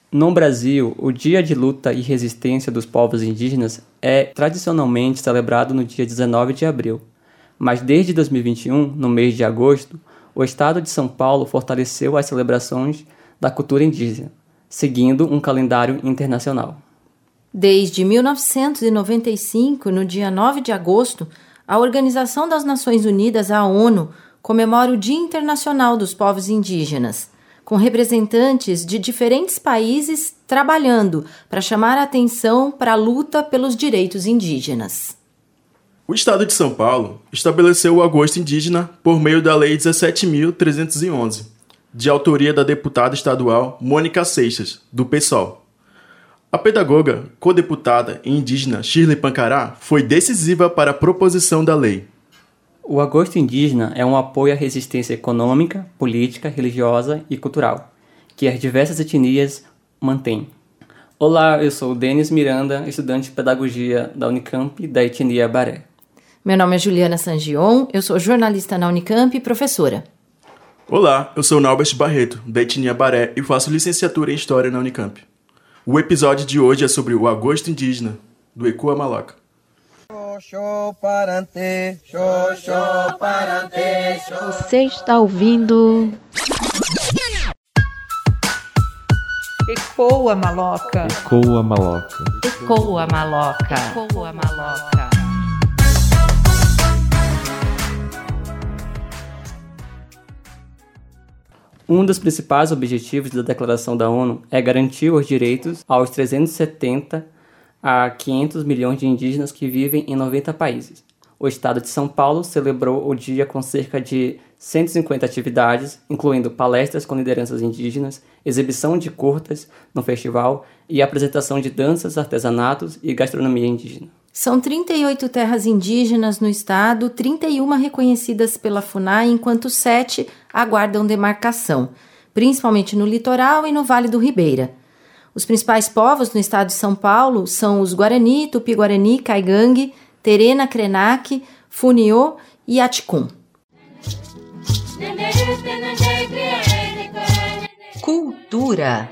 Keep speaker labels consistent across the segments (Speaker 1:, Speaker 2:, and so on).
Speaker 1: No Brasil, o Dia de Luta e Resistência dos Povos Indígenas é tradicionalmente celebrado no dia 19 de abril, mas desde 2021, no mês de agosto, o estado de São Paulo fortaleceu as celebrações da cultura indígena, seguindo um calendário internacional.
Speaker 2: Desde 1995, no dia 9 de agosto, a Organização das Nações Unidas, a ONU, comemora o Dia Internacional dos Povos Indígenas, com representantes de diferentes países trabalhando para chamar a atenção para a luta pelos direitos indígenas.
Speaker 3: O Estado de São Paulo estabeleceu o Agosto Indígena por meio da Lei 17.311, de autoria da deputada estadual Mônica Seixas, do PSOL. A pedagoga, codeputada e indígena Shirley Pancará foi decisiva para a proposição da lei.
Speaker 1: O Agosto Indígena é um apoio à resistência econômica, política, religiosa e cultural, que as diversas etnias mantêm. Olá, eu sou o Denis Miranda, estudante de Pedagogia da Unicamp da etnia Baré.
Speaker 2: Meu nome é Juliana Sangion, eu sou jornalista na Unicamp e professora.
Speaker 3: Olá, eu sou o Naubert Barreto, da etnia Baré e faço licenciatura em História na Unicamp. O episódio de hoje é sobre o Agosto Indígena, do Ecoa Maloca.
Speaker 4: Você está ouvindo
Speaker 5: Ecoa Maloca.
Speaker 6: Ecoa Maloca.
Speaker 4: Ecoa Maloca. Ecoa Maloca.
Speaker 1: Um dos principais objetivos da Declaração da ONU é garantir os direitos aos 370 a 500 milhões de indígenas que vivem em 90 países. O estado de São Paulo celebrou o dia com cerca de 150 atividades, incluindo palestras com lideranças indígenas, exibição de curtas no festival e apresentação de danças, artesanatos e gastronomia indígena.
Speaker 2: São 38 terras indígenas no estado, 31 reconhecidas pela FUNAI, enquanto 7 aguardam demarcação, principalmente no litoral e no Vale do Ribeira. Os principais povos no estado de São Paulo são os Guarani, Tupi-Guarani, Caigangue, Terena, Krenak, Funiô e Aticum.
Speaker 4: Cultura.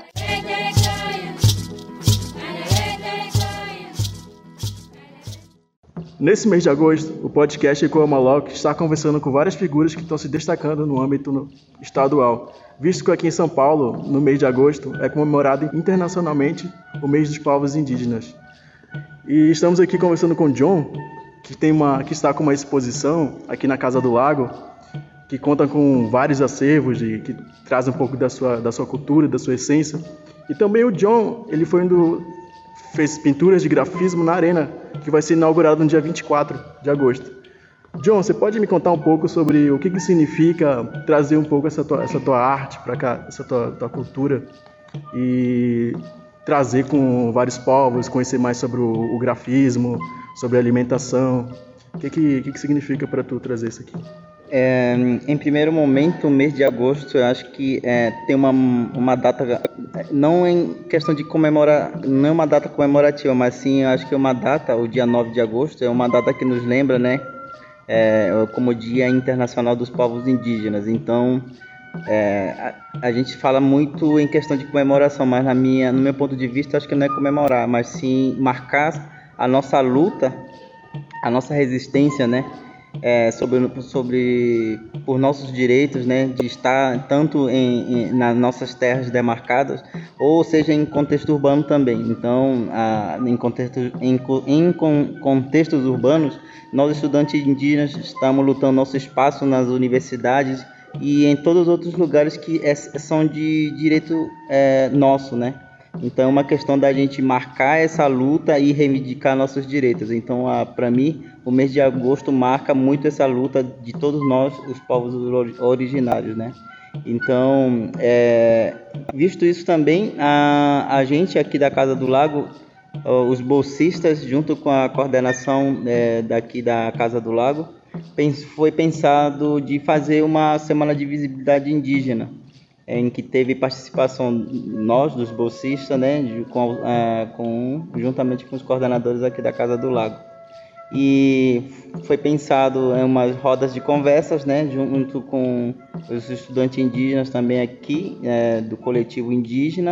Speaker 3: Nesse mês de agosto, o podcast Ecoa Maloca está conversando com várias figuras que estão se destacando no âmbito estadual, visto que aqui em São Paulo, no mês de agosto, é comemorado internacionalmente o mês dos povos indígenas. E estamos aqui conversando com o John, que está com uma exposição aqui na Casa do Lago, que conta com vários acervos, que traz um pouco da sua cultura, da sua essência. E também o John, ele fez pinturas de grafismo na Arena, que vai ser inaugurada no dia 24 de agosto. John, você pode me contar um pouco sobre o que significa trazer um pouco essa tua arte para cá, essa tua cultura, e trazer com vários povos, conhecer mais sobre o grafismo, sobre a alimentação? O que significa para tu trazer isso aqui?
Speaker 7: Em primeiro momento, o mês de agosto, eu acho que tem uma data, não em questão de comemorar, não é uma data comemorativa, mas sim, eu acho que é uma data, o dia 9 de agosto, é uma data que nos lembra, né, como Dia Internacional dos Povos Indígenas. Então, a gente fala muito em questão de comemoração, mas no meu ponto de vista, acho que não é comemorar, mas sim marcar a nossa luta, a nossa resistência, né, por nossos direitos, né, de estar tanto nas nossas terras demarcadas, ou seja, em contexto urbano também. Então, em contextos urbanos, nós estudantes indígenas estamos lutando nosso espaço nas universidades e em todos os outros lugares que são de direito nosso, né? Então é uma questão da gente marcar essa luta e reivindicar nossos direitos. Então, para mim, o mês de agosto marca muito essa luta de todos nós, os povos originários, né? Então, visto isso também, a gente aqui da Casa do Lago, os bolsistas, junto com a coordenação daqui da Casa do Lago, foi pensado de fazer uma semana de visibilidade indígena, em que teve participação nós, dos bolsistas, né, juntamente com os coordenadores aqui da Casa do Lago. E foi pensado em umas rodas de conversas, né, junto com os estudantes indígenas também aqui, do coletivo indígena,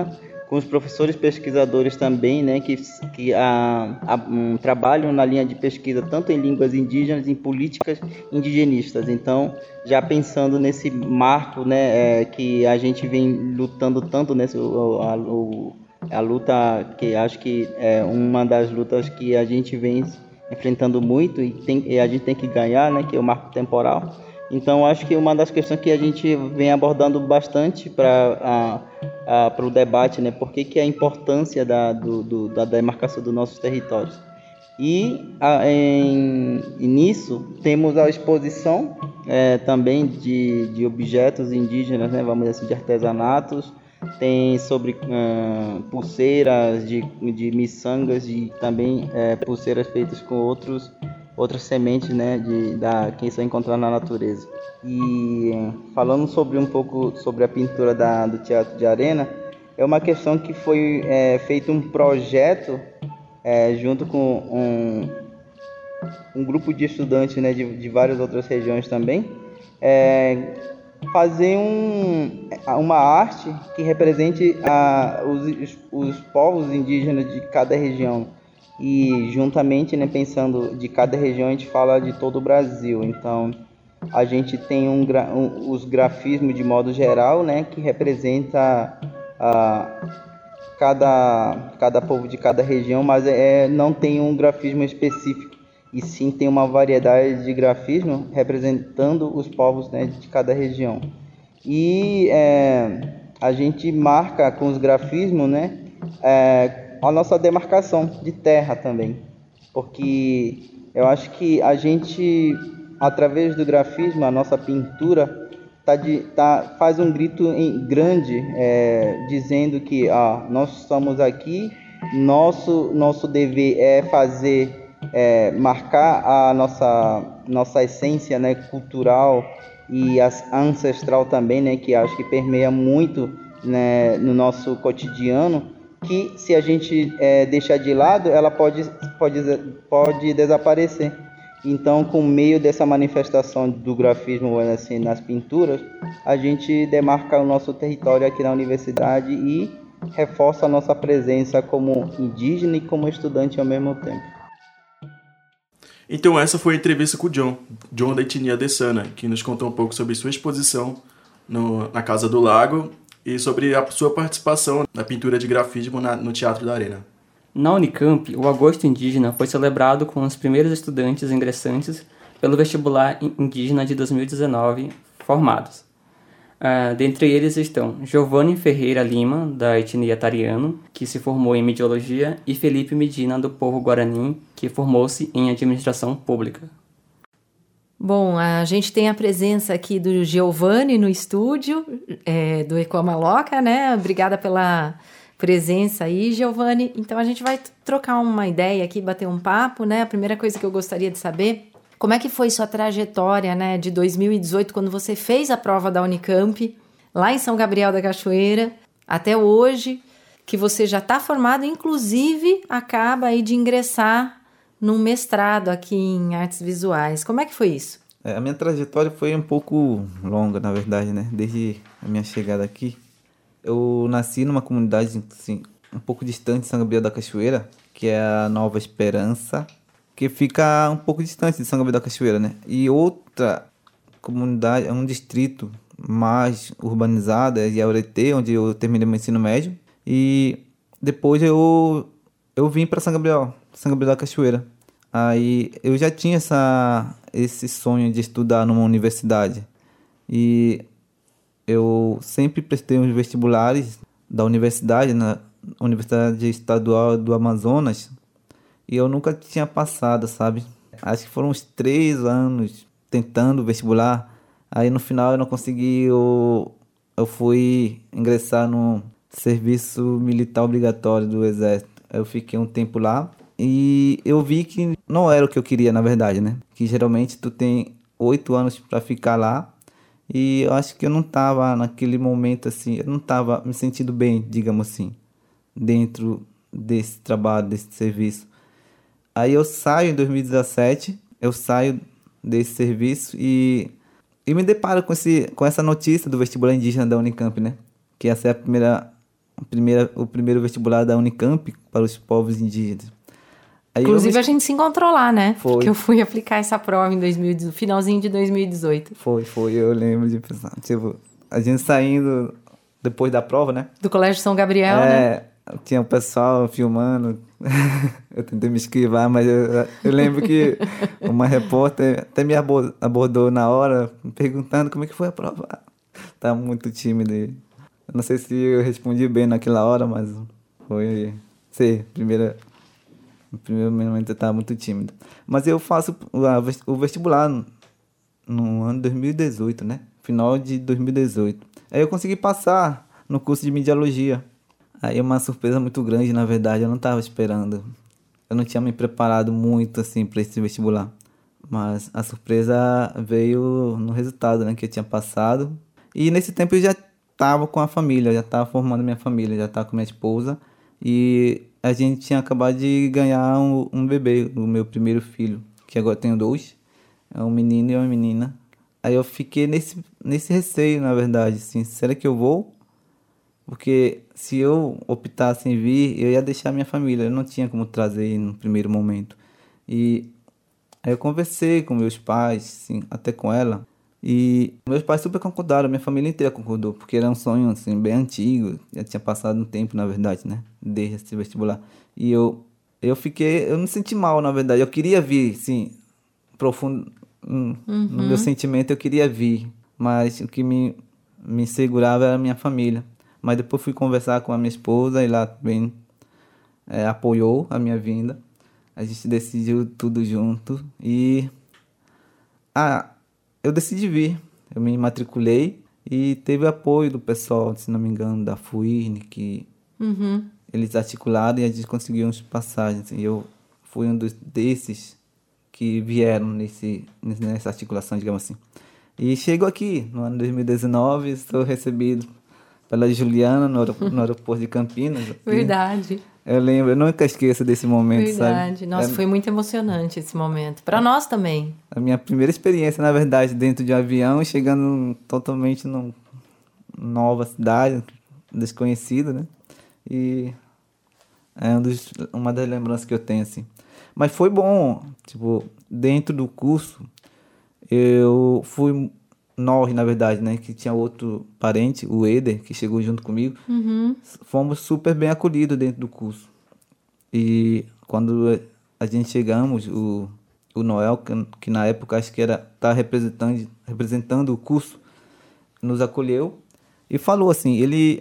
Speaker 7: com os professores pesquisadores também, né, que trabalham na linha de pesquisa tanto em línguas indígenas e em políticas indigenistas. Então, já pensando nesse marco, né, que a gente vem lutando tanto, né, a luta que acho que é uma das lutas que a gente vem enfrentando muito e a gente tem que ganhar, né, que é o marco temporal. Então, acho que uma das questões que a gente vem abordando bastante para o debate, né, por que a importância da demarcação dos nossos territórios. E nisso temos a exposição também de objetos indígenas, né, vamos dizer assim, de artesanatos, tem sobre pulseiras de miçangas e também pulseiras feitas com outras sementes, né, que são encontradas na natureza. E falando um pouco sobre a pintura do Teatro de Arena, é uma questão que foi feito um projeto junto com um grupo de estudantes, né, de várias outras regiões também, fazer uma arte que represente os povos indígenas de cada região. E juntamente, né, pensando de cada região, a gente fala de todo o Brasil. Então, a gente tem os grafismos de modo geral, né, que representa cada povo de cada região, mas não tem um grafismo específico, e sim tem uma variedade de grafismo representando os povos, né, de cada região. E a gente marca com os grafismos, né, a nossa demarcação de terra também, porque eu acho que a gente, através do grafismo, a nossa pintura faz um grito grande, dizendo que nós estamos aqui, nosso dever é marcar a nossa essência, né, cultural e ancestral também, né, que acho que permeia muito, né, no nosso cotidiano, que se a gente deixar de lado, ela pode desaparecer. Então, com meio dessa manifestação do grafismo, assim, nas pinturas, a gente demarca o nosso território aqui na universidade e reforça a nossa presença como indígena e como estudante ao mesmo tempo.
Speaker 3: Então essa foi a entrevista com o John da etnia Dessana, que nos contou um pouco sobre sua exposição na Casa do Lago e sobre a sua participação na pintura de grafismo no Teatro da Arena.
Speaker 1: Na Unicamp, o Agosto Indígena foi celebrado com os primeiros estudantes ingressantes pelo vestibular indígena de 2019 formados. Dentre eles estão Giovanni Ferreira Lima, da etnia Tariano, que se formou em Mediologia, e Felipe Medina, do povo Guarani, que formou-se em Administração Pública.
Speaker 2: Bom, a gente tem a presença aqui do Giovanni no estúdio, do Ecomaloca, né? Obrigada pela presença aí, Giovanni. Então, a gente vai trocar uma ideia aqui, bater um papo, né? A primeira coisa que eu gostaria de saber, como é que foi sua trajetória, né, de 2018, quando você fez a prova da Unicamp, lá em São Gabriel da Cachoeira, até hoje, que você já está formado, inclusive acaba aí de ingressar num mestrado aqui em artes visuais. Como é que foi isso?
Speaker 5: A minha trajetória foi um pouco longa, na verdade, né? Desde a minha chegada aqui. Eu nasci numa comunidade assim, um pouco distante de São Gabriel da Cachoeira, que é a Nova Esperança, que fica um pouco distante de São Gabriel da Cachoeira, né? E outra comunidade, um distrito mais urbanizado, é Jaureté, onde eu terminei meu ensino médio. E depois eu vim para São Gabriel da Cachoeira. Aí eu já tinha esse sonho de estudar numa universidade. E eu sempre prestei uns vestibulares da universidade, na Universidade Estadual do Amazonas, e eu nunca tinha passado, sabe? Acho que foram uns 3 anos tentando vestibular. Aí no final eu não consegui, eu fui ingressar no serviço militar obrigatório do Exército. Eu fiquei um tempo lá e eu vi que não era o que eu queria, na verdade, né? Que geralmente tu tem 8 anos para ficar lá. E eu acho que eu não estava naquele momento assim, eu não estava me sentindo bem, digamos assim, dentro desse trabalho, desse serviço. Aí eu saio em 2017, desse serviço e me deparo com essa notícia do vestibular indígena da Unicamp, né? Que essa é a o primeiro vestibular da Unicamp para os povos indígenas. Aí
Speaker 2: Inclusive, a gente se encontrou lá, né?
Speaker 5: Foi.
Speaker 2: Porque eu fui aplicar essa prova em finalzinho de 2018.
Speaker 5: Foi, eu lembro de pensar. Tipo, a gente saindo depois da prova, né?
Speaker 2: Do Colégio São Gabriel, né?
Speaker 5: Tinha o pessoal filmando. Eu tentei me esquivar, mas eu lembro que uma repórter até me abordou na hora, perguntando como é que foi a prova. Tá muito tímido. Eu não sei se eu respondi bem naquela hora, mas foi... Sei, no primeiro momento eu estava muito tímido. Mas eu faço o vestibular no ano de 2018, né? Final de 2018. Aí eu consegui passar no curso de Mediologia. Aí uma surpresa muito grande, na verdade, eu não estava esperando. Eu não tinha me preparado muito, assim, para esse vestibular. Mas a surpresa veio no resultado, né? Que eu tinha passado. E nesse tempo eu já estava com a família, já estava formando minha família, já estava com minha esposa. E a gente tinha acabado de ganhar um bebê, o meu primeiro filho, que agora tenho 2. É um menino e uma menina. Aí eu fiquei nesse receio, na verdade, assim, será que eu vou? Porque se eu optasse em vir, eu ia deixar minha família, eu não tinha como trazer no primeiro momento. E aí eu conversei com meus pais, assim, até com ela, e meus pais super concordaram, minha família inteira concordou, porque era um sonho, assim, bem antigo, já tinha passado um tempo, na verdade, né, desde esse vestibular. E eu me senti mal, na verdade, eu queria vir, sim, profundo, no meu sentimento eu queria vir, mas o que me segurava era a minha família. Mas depois fui conversar com a minha esposa e lá também apoiou a minha vinda. A gente decidiu tudo junto e eu decidi vir. Eu me matriculei e teve apoio do pessoal, se não me engano, da FUIRN, que eles articularam e a gente conseguiu umas passagens. E eu fui um desses que vieram nessa articulação, digamos assim. E chego aqui, no ano 2019, sou recebido pela Juliana no aeroporto de Campinas.
Speaker 2: Verdade.
Speaker 5: Eu lembro, eu nunca esqueço desse momento,
Speaker 2: Verdade.
Speaker 5: sabe?
Speaker 2: Nossa, foi muito emocionante esse momento. Para nós também.
Speaker 5: A minha primeira experiência, na verdade, dentro de um avião, chegando totalmente numa nova cidade, desconhecida, né? E é uma das lembranças que eu tenho, assim. Mas foi bom, tipo, dentro do curso, eu fui... Nós, na verdade, né, que tinha outro parente, o Eder, que chegou junto comigo, fomos super bem acolhidos dentro do curso. E quando a gente chegamos, o Noel, que na época acho que tá representando o curso, nos acolheu e falou assim,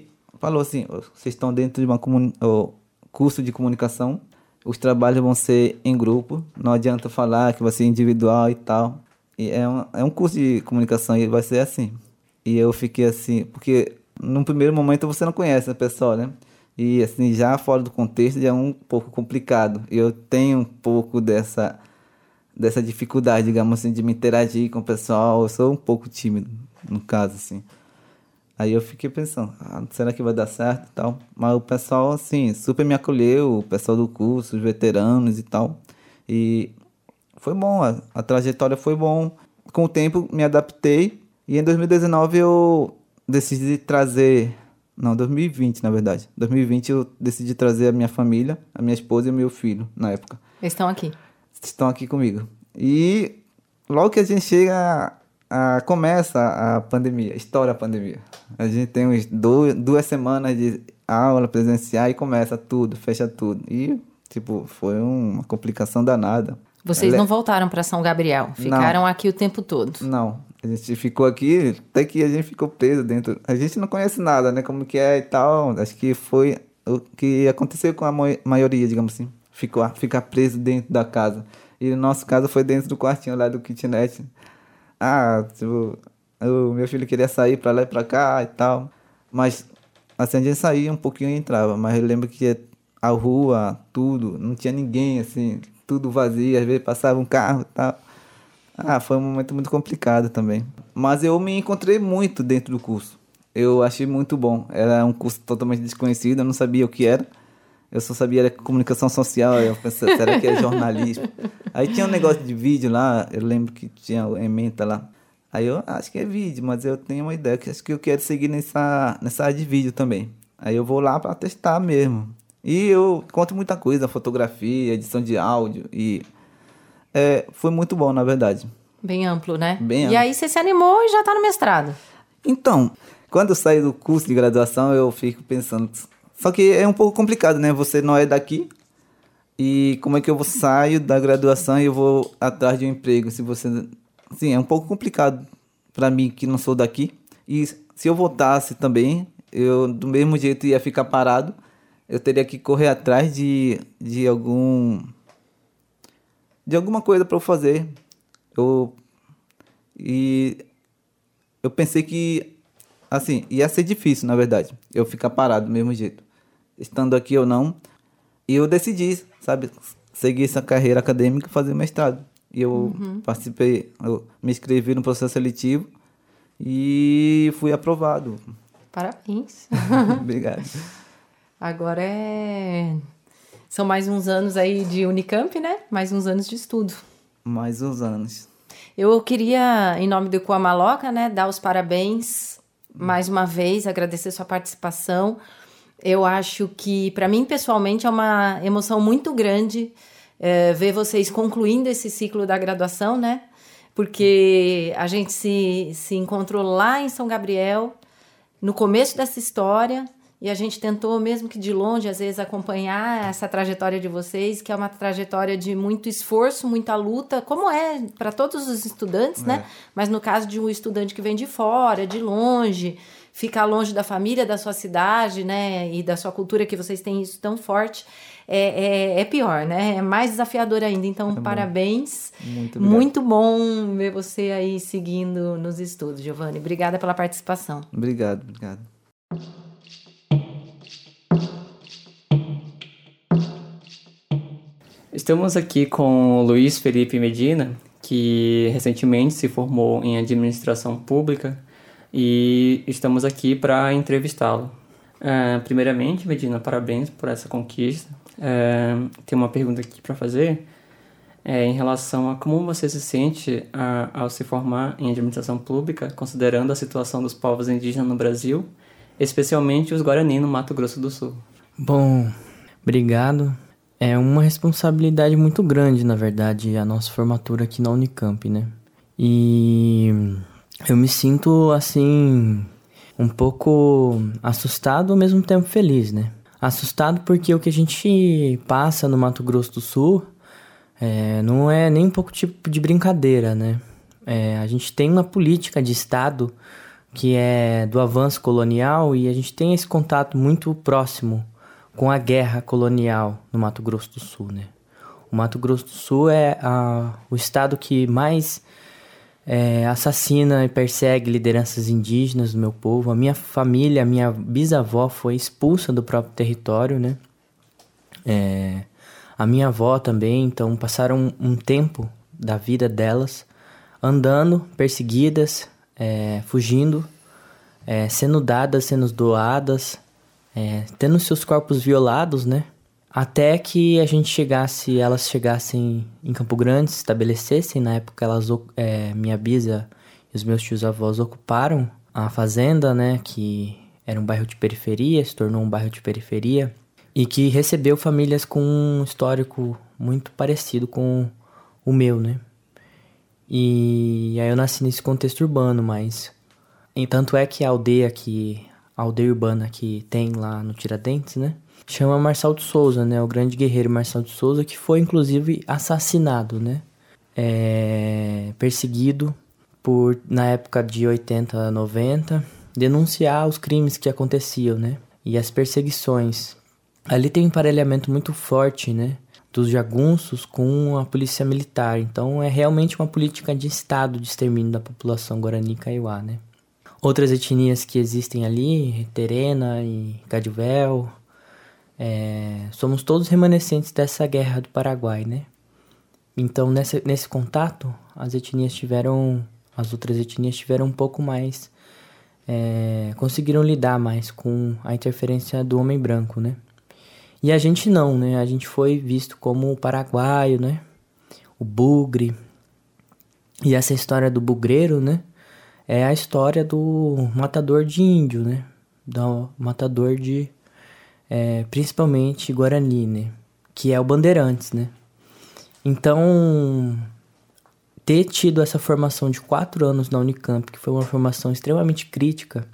Speaker 5: vocês estão dentro de curso de comunicação, os trabalhos vão ser em grupo, não adianta falar que vai ser individual e tal. E é um curso de comunicação e vai ser assim. E eu fiquei assim, porque num primeiro momento você não conhece a pessoa, né? E assim, já fora do contexto já é um pouco complicado. Eu tenho um pouco dessa dificuldade, digamos assim, de me interagir com o pessoal. Eu sou um pouco tímido, no caso, assim. Aí eu fiquei pensando, será que vai dar certo e tal? Mas o pessoal, assim, super me acolheu, o pessoal do curso, os veteranos e tal. E... foi bom, a trajetória foi bom. Com o tempo me adaptei e em 2019 eu decidi trazer... Não, 2020 na verdade. 2020 eu decidi trazer a minha família, a minha esposa e o meu filho na época.
Speaker 2: Eles estão aqui.
Speaker 5: Estão aqui comigo. E logo que a gente chega, começa a pandemia, estoura a pandemia. A gente tem uns 2 semanas de aula presencial e começa tudo, fecha tudo. E tipo, foi uma complicação danada.
Speaker 2: Vocês não voltaram para São Gabriel? Ficaram aqui o tempo todo?
Speaker 5: Não, a gente ficou aqui, até que a gente ficou preso dentro. A gente não conhece nada, né? Como que é e tal. Acho que foi o que aconteceu com a maioria, digamos assim. Ficar preso dentro da casa. E no nosso caso foi dentro do quartinho lá do kitnet. Tipo, o meu filho queria sair para lá e para cá e tal. Mas assim, a gente saía um pouquinho e entrava. Mas eu lembro que a rua, tudo, não tinha ninguém, assim... tudo vazio, às vezes passava um carro e tal. Foi um momento muito complicado também. Mas eu me encontrei muito dentro do curso. Eu achei muito bom. Era um curso totalmente desconhecido, eu não sabia o que era. Eu só sabia era comunicação social, eu pensei, será que é jornalismo? Aí tinha um negócio de vídeo lá, eu lembro que tinha o ementa lá. Aí eu acho que é vídeo, mas eu tenho uma ideia, que acho que eu quero seguir nessa área de vídeo também. Aí eu vou lá para testar mesmo. E eu conto muita coisa, fotografia, edição de áudio. E foi muito bom, na verdade.
Speaker 2: Bem amplo, né?
Speaker 5: Bem
Speaker 2: E
Speaker 5: amplo.
Speaker 2: aí você se animou e já tá no mestrado.
Speaker 5: Então, quando eu saí do curso de graduação, eu fico pensando... Só que é um pouco complicado, né? Você não é daqui. E como é que eu saio da graduação e eu vou atrás de um emprego? Se você... Sim, é um pouco complicado para mim que não sou daqui. E se eu voltasse também, eu do mesmo jeito ia ficar parado. Eu teria que correr atrás de alguma coisa para eu fazer. Eu pensei que, assim, ia ser difícil, na verdade, eu ficar parado do mesmo jeito, estando aqui ou não. E eu decidi, sabe, seguir essa carreira acadêmica e fazer mestrado. E eu participei, eu me inscrevi no processo seletivo e fui aprovado.
Speaker 2: Parabéns.
Speaker 5: Obrigado.
Speaker 2: Agora são mais uns anos aí de Unicamp, né? Mais uns anos de estudo.
Speaker 5: Mais uns anos.
Speaker 2: Eu queria, em nome do Ecoa Maloca, né, dar os parabéns mais uma vez, agradecer sua participação. Eu acho que, para mim, pessoalmente, é uma emoção muito grande ver vocês concluindo esse ciclo da graduação, né? Porque a gente se encontrou lá em São Gabriel, no começo dessa história, e a gente tentou, mesmo que de longe, às vezes, acompanhar essa trajetória de vocês, que é uma trajetória de muito esforço, muita luta, como é para todos os estudantes, né? Mas no caso de um estudante que vem de fora, de longe, ficar longe da família, da sua cidade, né? E da sua cultura, que vocês têm isso tão forte, é pior, né? É mais desafiador ainda. Então, parabéns.
Speaker 5: Muito obrigado.
Speaker 2: Muito bom ver você aí seguindo nos estudos, Giovanni. Obrigada pela participação.
Speaker 5: Obrigado.
Speaker 1: Estamos aqui com o Luiz Felipe Medina, que recentemente se formou em administração pública, e estamos aqui para entrevistá-lo. Primeiramente, Medina, parabéns por essa conquista. Tem uma pergunta aqui para fazer em relação a como você se sente ao se formar em administração pública, considerando a situação dos povos indígenas no Brasil, especialmente os Guarani no Mato Grosso do Sul.
Speaker 6: Bom, obrigado. É uma responsabilidade muito grande, na verdade, a nossa formatura aqui na Unicamp, né? E eu me sinto, assim, um pouco assustado, ao mesmo tempo feliz, né? Assustado porque o que a gente passa no Mato Grosso do Sul não é nem um pouco tipo de brincadeira, né? A gente tem uma política de Estado que é do avanço colonial e a gente tem esse contato muito próximo com a guerra colonial no Mato Grosso do Sul, né? O Mato Grosso do Sul é o estado que mais assassina e persegue lideranças indígenas do meu povo. A minha família, a minha bisavó foi expulsa do próprio território, né? A minha avó também, então passaram um tempo da vida delas andando, perseguidas, fugindo, sendo dadas, sendo doadas, tendo seus corpos violados, né? Até que elas chegassem em Campo Grande, se estabelecessem. Na época, minha bisa e os meus tios-avós ocuparam a fazenda, né? Que era um bairro de periferia, se tornou um bairro de periferia. E que recebeu famílias com um histórico muito parecido com o meu, né? E aí eu nasci nesse contexto urbano, mas... E tanto é que a aldeia urbana que tem lá no Tiradentes, né? Chama Marçal de Souza, né? O grande guerreiro Marçal de Souza, que foi, inclusive, assassinado, né? Perseguido por, na época de 80, 90, denunciar os crimes que aconteciam, né? E as perseguições. Ali tem um emparelhamento muito forte, né? Dos jagunços com a polícia militar. Então, é realmente uma política de Estado de extermínio da população Guarani Kaiowá, né? Outras etnias que existem ali, Terena e Cadivel, somos todos remanescentes dessa guerra do Paraguai, né? Então, nesse contato, as outras etnias tiveram um pouco mais, conseguiram lidar mais com a interferência do homem branco, né? E a gente não, né? A gente foi visto como o paraguaio, né? O bugre. E essa história do bugreiro, né? É a história do matador de índio, né? do matador de, principalmente, Guarani, né? Que é o Bandeirantes, né? Então, ter tido essa formação de 4 anos na Unicamp, que foi uma formação extremamente crítica,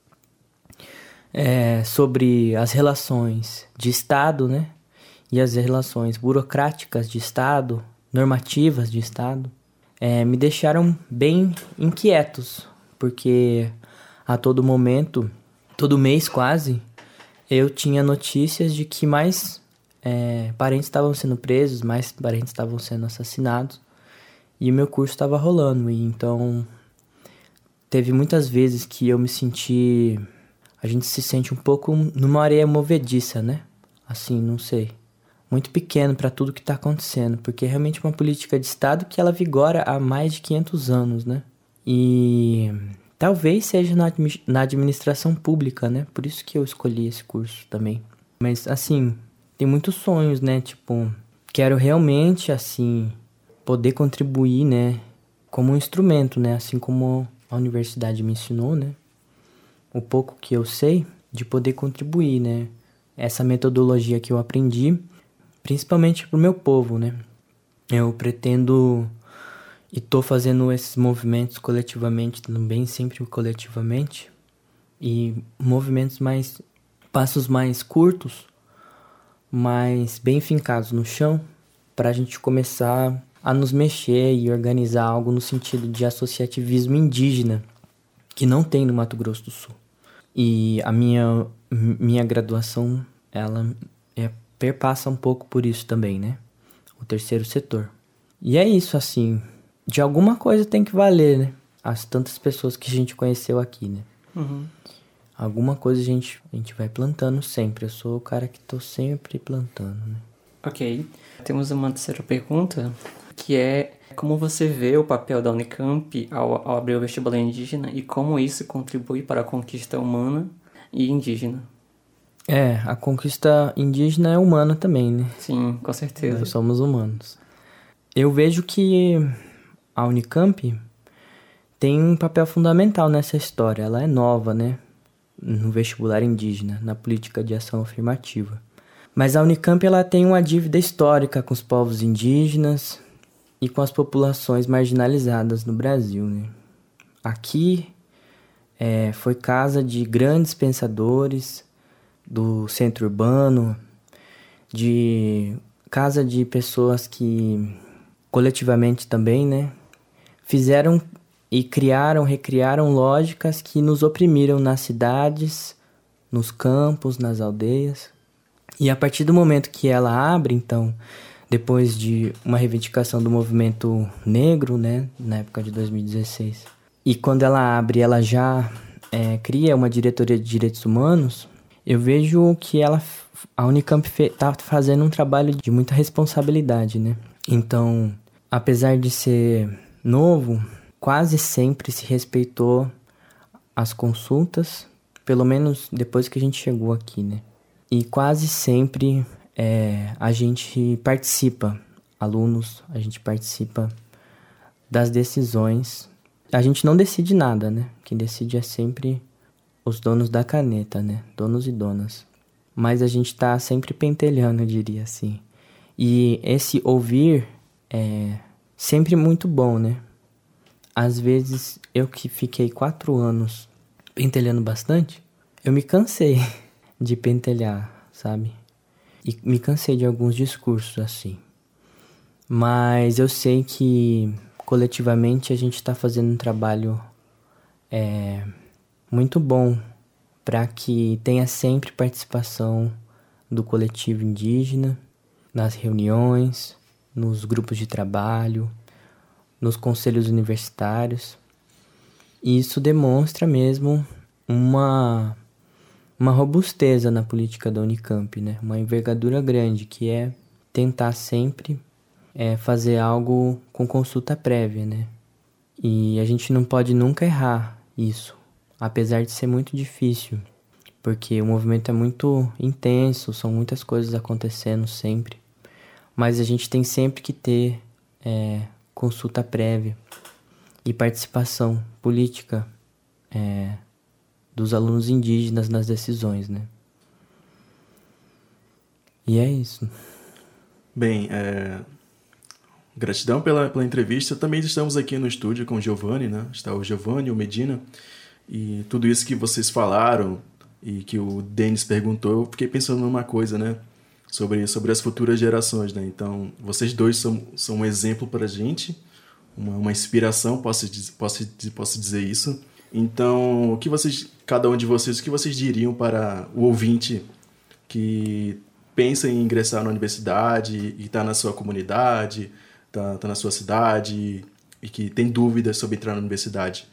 Speaker 6: sobre as relações de Estado, né? E as relações burocráticas de Estado, normativas de Estado, me deixaram bem inquietos, porque a todo momento, todo mês quase, eu tinha notícias de que mais parentes estavam sendo presos, mais parentes estavam sendo assassinados, e o meu curso estava rolando. E então, teve muitas vezes que eu me senti... A gente se sente um pouco numa areia movediça, né? Assim, não sei. Muito pequeno para tudo que está acontecendo, porque é realmente uma política de Estado que ela vigora há mais de 500 anos, né? E talvez seja na administração pública, né? Por isso que eu escolhi esse curso também. Mas, assim, tem muitos sonhos, né? Tipo, quero realmente, assim, poder contribuir, né? Como um instrumento, né? Assim como a universidade me ensinou, né? O pouco que eu sei, de poder contribuir, né? Essa metodologia que eu aprendi, principalmente pro meu povo, né? Eu pretendo e tô fazendo esses movimentos coletivamente também, sempre coletivamente, e movimentos passos mais curtos, mas bem fincados no chão, para a gente começar a nos mexer e organizar algo no sentido de associativismo indígena, que não tem no Mato Grosso do Sul. E a minha graduação, ela perpassa um pouco por isso também, né? O terceiro setor. E é isso, assim, de alguma coisa tem que valer, né? As tantas pessoas que a gente conheceu aqui, né?
Speaker 1: Uhum.
Speaker 6: Alguma coisa a gente vai plantando sempre. Eu sou o cara que tô sempre plantando, né?
Speaker 1: Ok. Temos uma terceira pergunta, que é como você vê o papel da Unicamp ao abrir o vestibular indígena e como isso contribui para a conquista humana e indígena.
Speaker 6: A conquista indígena é humana também, né?
Speaker 1: Sim, com certeza.
Speaker 6: Nós somos humanos. Eu vejo que a Unicamp tem um papel fundamental nessa história. Ela é nova, né? No vestibular indígena, na política de ação afirmativa. Mas a Unicamp ela tem uma dívida histórica com os povos indígenas e com as populações marginalizadas no Brasil, né? Aqui foi casa de grandes pensadores do centro urbano, de casa de pessoas que coletivamente também, né, fizeram e recriaram lógicas que nos oprimiram nas cidades, nos campos, nas aldeias. E a partir do momento que ela abre, então, depois de uma reivindicação do movimento negro, né, na época de 2016, e quando ela abre, ela já cria uma diretoria de direitos humanos, eu vejo que a Unicamp está fazendo um trabalho de muita responsabilidade, né? Então, apesar de ser novo, quase sempre se respeitou as consultas, pelo menos depois que a gente chegou aqui, né? E quase sempre a gente participa, alunos, a gente participa das decisões. A gente não decide nada, né? Quem decide é sempre os donos da caneta, né? Donos e donas. Mas a gente tá sempre pentelhando, eu diria assim. E esse ouvir é sempre muito bom, né? Às vezes, eu que fiquei 4 anos pentelhando bastante, eu me cansei de pentelhar, sabe? E me cansei de alguns discursos, assim. Mas eu sei que, coletivamente, a gente tá fazendo um trabalho muito bom para que tenha sempre participação do coletivo indígena nas reuniões, nos grupos de trabalho, nos conselhos universitários. E isso demonstra mesmo uma robusteza na política da Unicamp, né? Uma envergadura grande, que é tentar sempre fazer algo com consulta prévia, né? E a gente não pode nunca errar isso, apesar de ser muito difícil, porque o movimento é muito intenso, são muitas coisas acontecendo sempre, mas a gente tem sempre que ter consulta prévia e participação política dos alunos indígenas nas decisões, né? E é isso.
Speaker 3: Bem, gratidão pela entrevista. Também estamos aqui no estúdio com o Giovanni, né? Está o Giovanni, o Medina. E tudo isso que vocês falaram e que o Denis perguntou, eu fiquei pensando numa coisa, né? Sobre as futuras gerações, né? Então, vocês dois são um exemplo para a gente, uma inspiração, posso dizer isso. Então, cada um de vocês, o que vocês diriam para o ouvinte que pensa em ingressar na universidade e está na sua comunidade, tá na sua cidade e que tem dúvidas sobre entrar na universidade?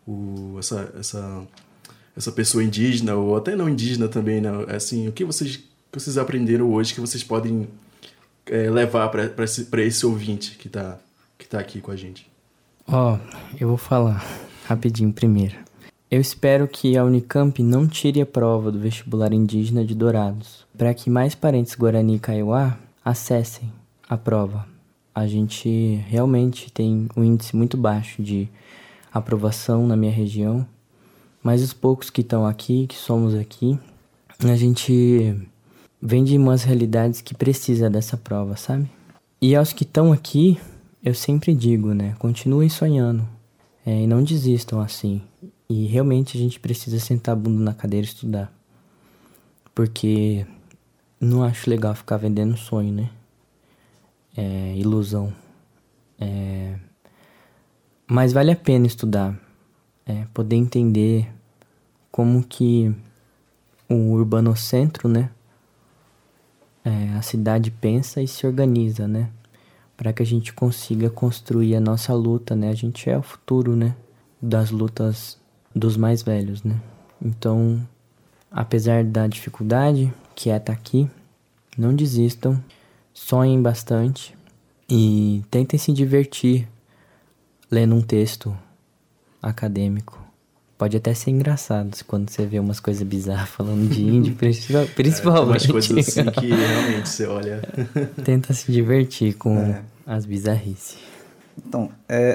Speaker 3: Essa pessoa indígena, ou até não indígena também, né? Assim, o que vocês aprenderam hoje que vocês podem levar para esse ouvinte que tá aqui com a gente?
Speaker 6: Eu vou falar rapidinho primeiro. Eu espero que a Unicamp não tire a prova do vestibular indígena de Dourados, para que mais parentes Guarani e Kaiowá acessem a prova. A gente realmente tem um índice muito baixo de aprovação na minha região, mas os poucos que estão aqui, que somos aqui, a gente vem de umas realidades que precisa dessa prova, sabe? E aos que estão aqui, eu sempre digo, né? Continuem sonhando e não desistam assim. E realmente a gente precisa sentar a bunda na cadeira e estudar. Porque não acho legal ficar vendendo sonho, né? Ilusão. Mas vale a pena estudar. Poder entender como que o urbanocentro, né? A cidade pensa e se organiza, né? Para que a gente consiga construir a nossa luta, né? A gente é o futuro, né? Das lutas dos mais velhos, né? Então, apesar da dificuldade que é estar aqui, não desistam, sonhem bastante e tentem se divertir lendo um texto acadêmico. Pode até ser engraçado quando você vê umas coisas bizarras falando de índio, principalmente.
Speaker 3: Umas coisas assim que realmente você olha.
Speaker 6: Tenta se divertir com as bizarrices.
Speaker 5: Então,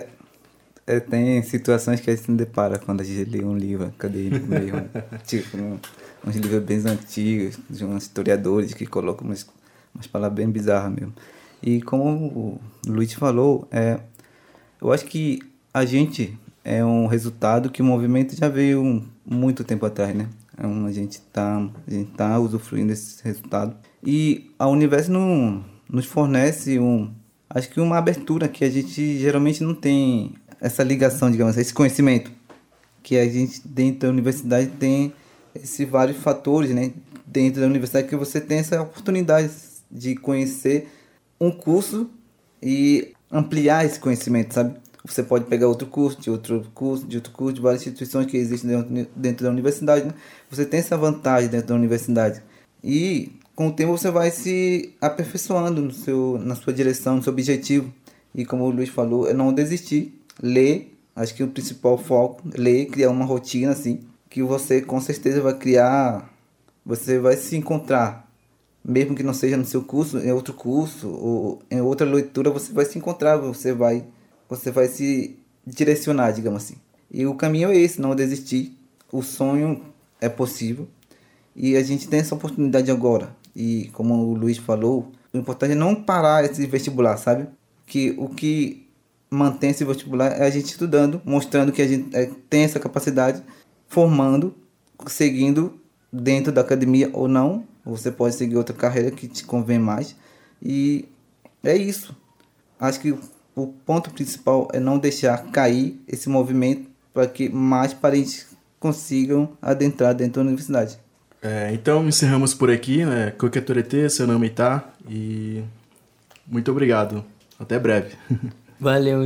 Speaker 5: tem situações que a gente se depara quando a gente lê um livro acadêmico mesmo. Tipo, uns livros bem antigos, de uns historiadores que colocam umas palavras bem bizarras mesmo. E como o Luiz falou, eu acho que a gente é um resultado que o movimento já veio muito tempo atrás, né? A gente tá usufruindo desse resultado. E a Universo nos fornece acho que uma abertura que a gente geralmente não tem essa ligação, digamos, esse conhecimento. Que a gente, dentro da universidade, tem esses vários fatores, né? Dentro da universidade que você tem essa oportunidade de conhecer um curso e ampliar esse conhecimento, sabe? Você pode pegar outro curso, de várias instituições que existem dentro da universidade, né? Você tem essa vantagem dentro da universidade. E com o tempo você vai se aperfeiçoando na sua direção, no seu objetivo. E como o Luiz falou, é não desistir, ler. Acho que o principal foco, ler, criar uma rotina assim, que você com certeza vai criar, você vai se encontrar. Mesmo que não seja no seu curso, em outro curso, ou em outra leitura, você vai se encontrar, você vai se direcionar, digamos assim. E o caminho é esse, não desistir. O sonho é possível. E a gente tem essa oportunidade agora. E como o Luiz falou, o importante é não parar esse vestibular, sabe? Que o que mantém esse vestibular é a gente estudando, mostrando que a gente tem essa capacidade, formando, seguindo dentro da academia ou não. Você pode seguir outra carreira que te convém mais. E é isso. Acho que o ponto principal é não deixar cair esse movimento para que mais parentes consigam adentrar dentro da universidade.
Speaker 3: Então encerramos por aqui, né? Coquetorete, seu nome tá. E muito obrigado. Até breve.
Speaker 6: Valeu.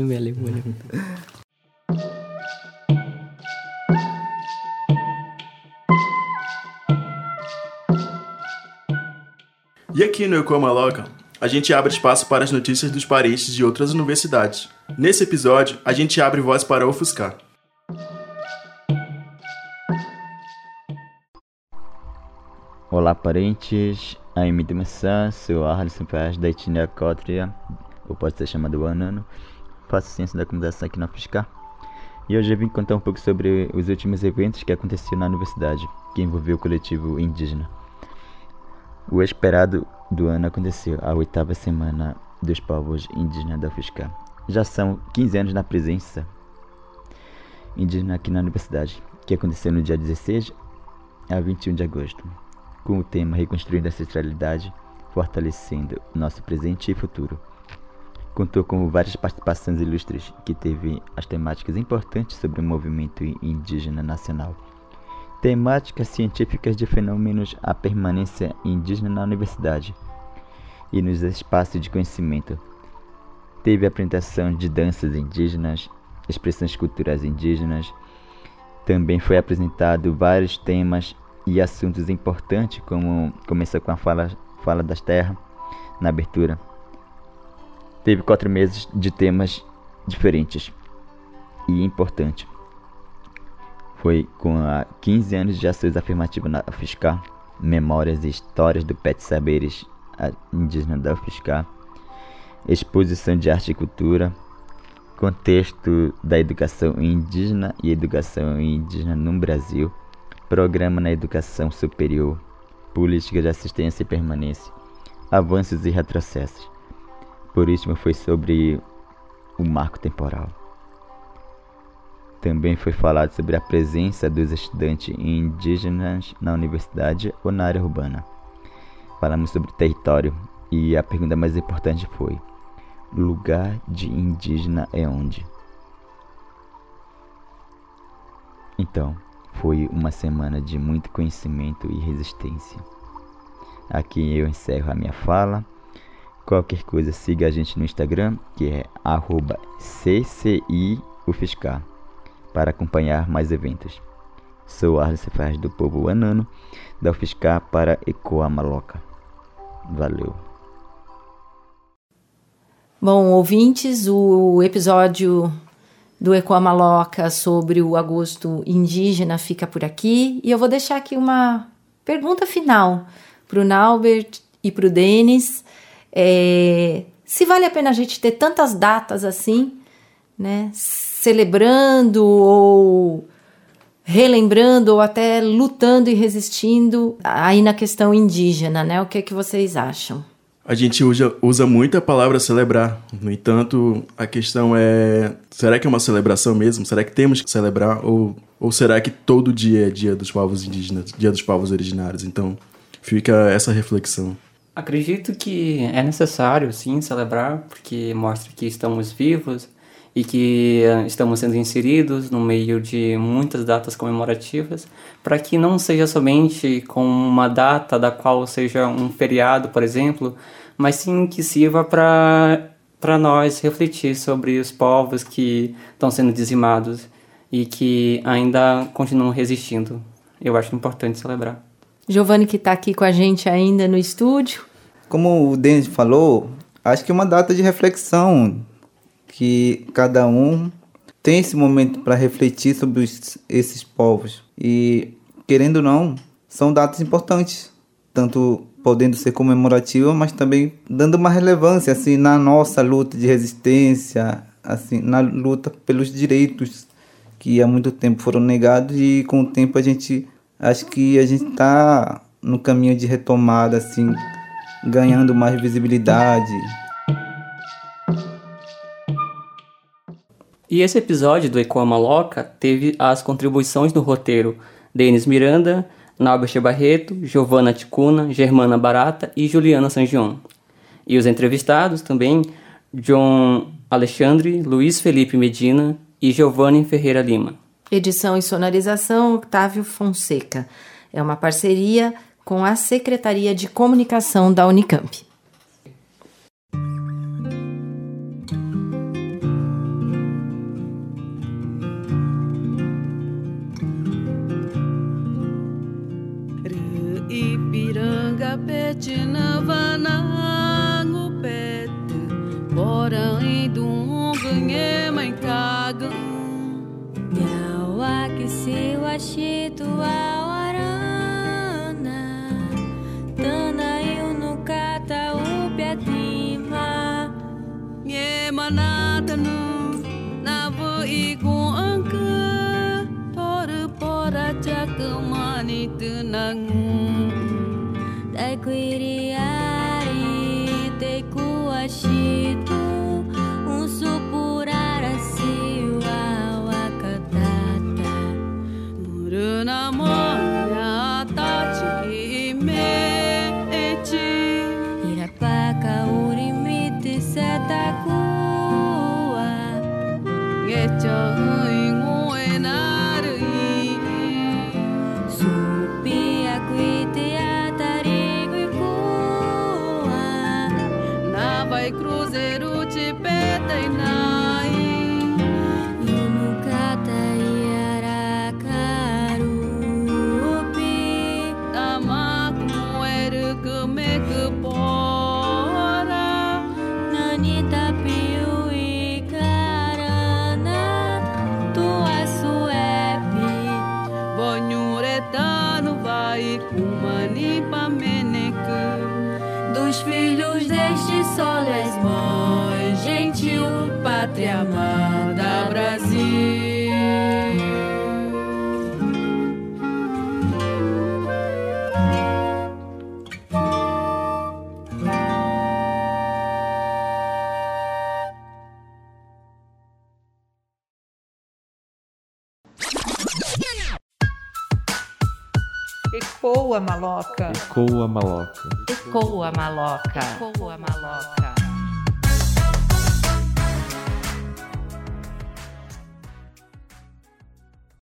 Speaker 3: E aqui no Eu Como a Louca, a gente abre espaço para as notícias dos parentes de outras universidades. Nesse episódio, a gente abre voz para ofuscar.
Speaker 8: Olá, parentes. Aí sou Arlisson Paz, da etnia Cótria, ou pode ser chamado Anano. Faço ciência da comunicação aqui na UFSCar. E hoje eu vim contar um pouco sobre os últimos eventos que aconteceram na universidade, que envolveu o coletivo indígena. O esperado do ano aconteceu, a 8ª semana dos povos indígenas da UFSCar. Já são 15 anos na presença indígena aqui na universidade, que aconteceu no dia 16 a 21 de agosto, com o tema Reconstruindo a Ancestralidade, Fortalecendo o Nosso Presente e Futuro. Contou com várias participações ilustres que teve as temáticas importantes sobre o movimento indígena nacional, temáticas científicas de fenômenos, a permanência indígena na universidade e nos espaços de conhecimento. Teve apresentação de danças indígenas, expressões culturais indígenas. Também foi apresentado vários temas e assuntos importantes, como começou com a fala das terras na abertura. Teve 4 meses de temas diferentes e importantes. Foi com 15 anos de ações afirmativas na UFSCar, memórias e histórias do PET Saberes indígena da UFSCar, exposição de arte e cultura, contexto da educação indígena e educação indígena no Brasil, programa na educação superior, política de assistência e permanência, avanços e retrocessos. Por último, foi sobre o marco temporal. Também foi falado sobre a presença dos estudantes indígenas na universidade ou na área urbana. Falamos sobre território e a pergunta mais importante foi: lugar de indígena é onde? Então, foi uma semana de muito conhecimento e resistência. Aqui eu encerro a minha fala. Qualquer coisa, siga a gente no Instagram, que é @CCIUFSCar, para acompanhar mais eventos. Sou Arlis Ferraz do Povo Anano, da UFSCar para Ecoa Maloca. Valeu!
Speaker 2: Bom, ouvintes, o episódio do Ecoa Maloca sobre o agosto indígena fica por aqui. E eu vou deixar aqui uma pergunta final para o Naubert e para o Denis. Se vale a pena a gente ter tantas datas assim, né, celebrando ou relembrando ou até lutando e resistindo aí na questão indígena, né? O que é que vocês acham?
Speaker 3: A gente usa muito a palavra celebrar. No entanto, a questão é: será que é uma celebração mesmo? Será que temos que celebrar? Ou será que todo dia é dia dos povos indígenas, dia dos povos originários? Então, fica essa reflexão.
Speaker 1: Acredito que é necessário, sim, celebrar, porque mostra que estamos vivos e que estamos sendo inseridos no meio de muitas datas comemorativas, para que não seja somente com uma data da qual seja um feriado, por exemplo, mas sim que sirva para nós refletir sobre os povos que estão sendo dizimados e que ainda continuam resistindo. Eu acho importante celebrar.
Speaker 2: Giovanni, que está aqui com a gente ainda no estúdio.
Speaker 5: Como o Denis falou, acho que é uma data de reflexão, que cada um tem esse momento para refletir sobre esses povos. E, querendo ou não, são datas importantes, tanto podendo ser comemorativa, mas também dando uma relevância assim, na nossa luta de resistência, assim, na luta pelos direitos que há muito tempo foram negados, e com o tempo acho que a gente está no caminho de retomada, assim, ganhando mais visibilidade.
Speaker 1: E esse episódio do Ecoa Maloca teve as contribuições do roteiro Denis Miranda, Naubert Barreto, Giovana Ticuna, Germana Barata e Juliana Sangion. E os entrevistados também, John Alexandre, Luiz Felipe Medina e Giovanni Ferreira Lima.
Speaker 2: Edição e sonorização, Octávio Fonseca. É uma parceria com a Secretaria de Comunicação da Unicamp.
Speaker 9: Ipiranga petina vanango pete, porém do ganhe mãe caga.
Speaker 10: Nyawa que se wachitu awarana, tana eu no cata o piatima.
Speaker 9: Ye manata no, na vo igu anca.
Speaker 10: Taikuiriari te kuashito Unsupurara siwa wakatata
Speaker 9: Muruna moya tachi mechi
Speaker 10: Irapaka urimiti setakua
Speaker 9: Ngecha inguenari
Speaker 10: Supi akuiti atarigo ikua
Speaker 9: Na vai cruzeiro te peta e nai
Speaker 10: Yunukata iarakarupi
Speaker 9: Tamaku moeru kumeku pora
Speaker 10: Nanita piu ikarana Tua suepi
Speaker 9: Bonhuretano vai kumani pameneku
Speaker 10: Dos filhos deste sol és mãe gentil Pátria amada Brasil
Speaker 11: Ecoa, maloca.
Speaker 8: Ecoa, maloca.
Speaker 4: Ecoa, maloca. Ecoa, maloca.